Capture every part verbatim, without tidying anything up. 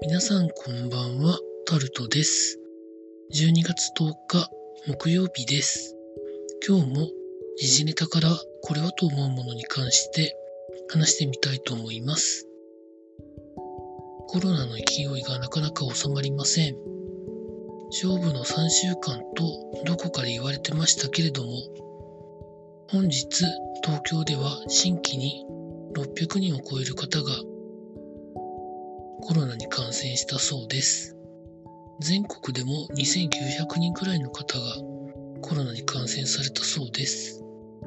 皆さんこんばんは、タルトです。じゅうにがつとおか木曜日です。今日も時事ネタからこれはと思うものに関して話してみたいと思います。コロナの勢いがなかなか収まりません。勝負のさんしゅうかんとどこかで言われてましたけれども、本日東京では新規にろっぴゃくにんを超える方がコロナに感染したそうです。全国でもにせんきゅうひゃくにんくらいの方がコロナに感染されたそうです。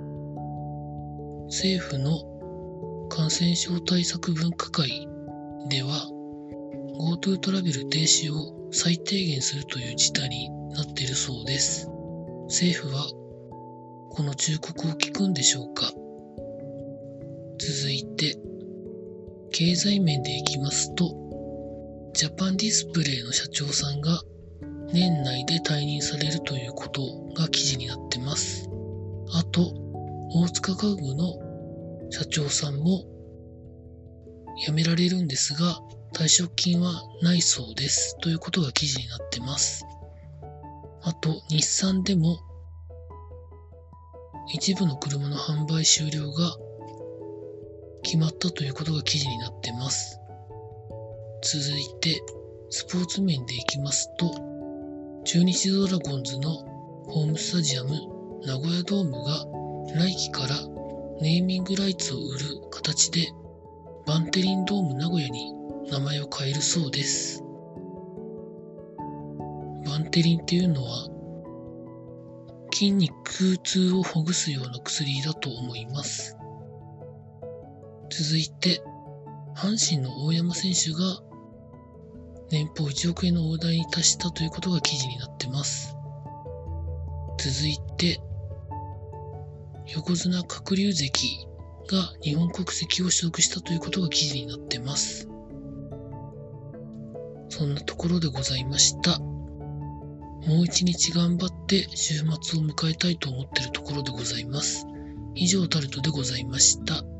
政府の感染症対策分科会では GoTo トラベル停止を最低限するという事態になっているそうです。政府はこの忠告を聞くんでしょうか。続いて経済面でいきますと、ジャパンディスプレイの社長さんが年内で退任されるということが記事になってます。あと、大塚家具の社長さんも辞められるんですが、退職金はないそうですということが記事になってます。あと、日産でも一部の車の販売終了が決まったということが記事になってます。続いてスポーツ面でいきますと、中日ドラゴンズのホームスタジアム名古屋ドームが来季からネーミングライツを売る形でバンテリンドーム名古屋に名前を変えるそうです。バンテリンっていうのは筋肉痛をほぐすような薬だと思います。続いて阪神の大山選手が年俸いちおくえんの大台に達したということが記事になってます。続いて横綱鶴竜関が日本国籍を取得したということが記事になってます。そんなところでございました。もう一日頑張って週末を迎えたいと思っているところでございます。以上タルトでございました。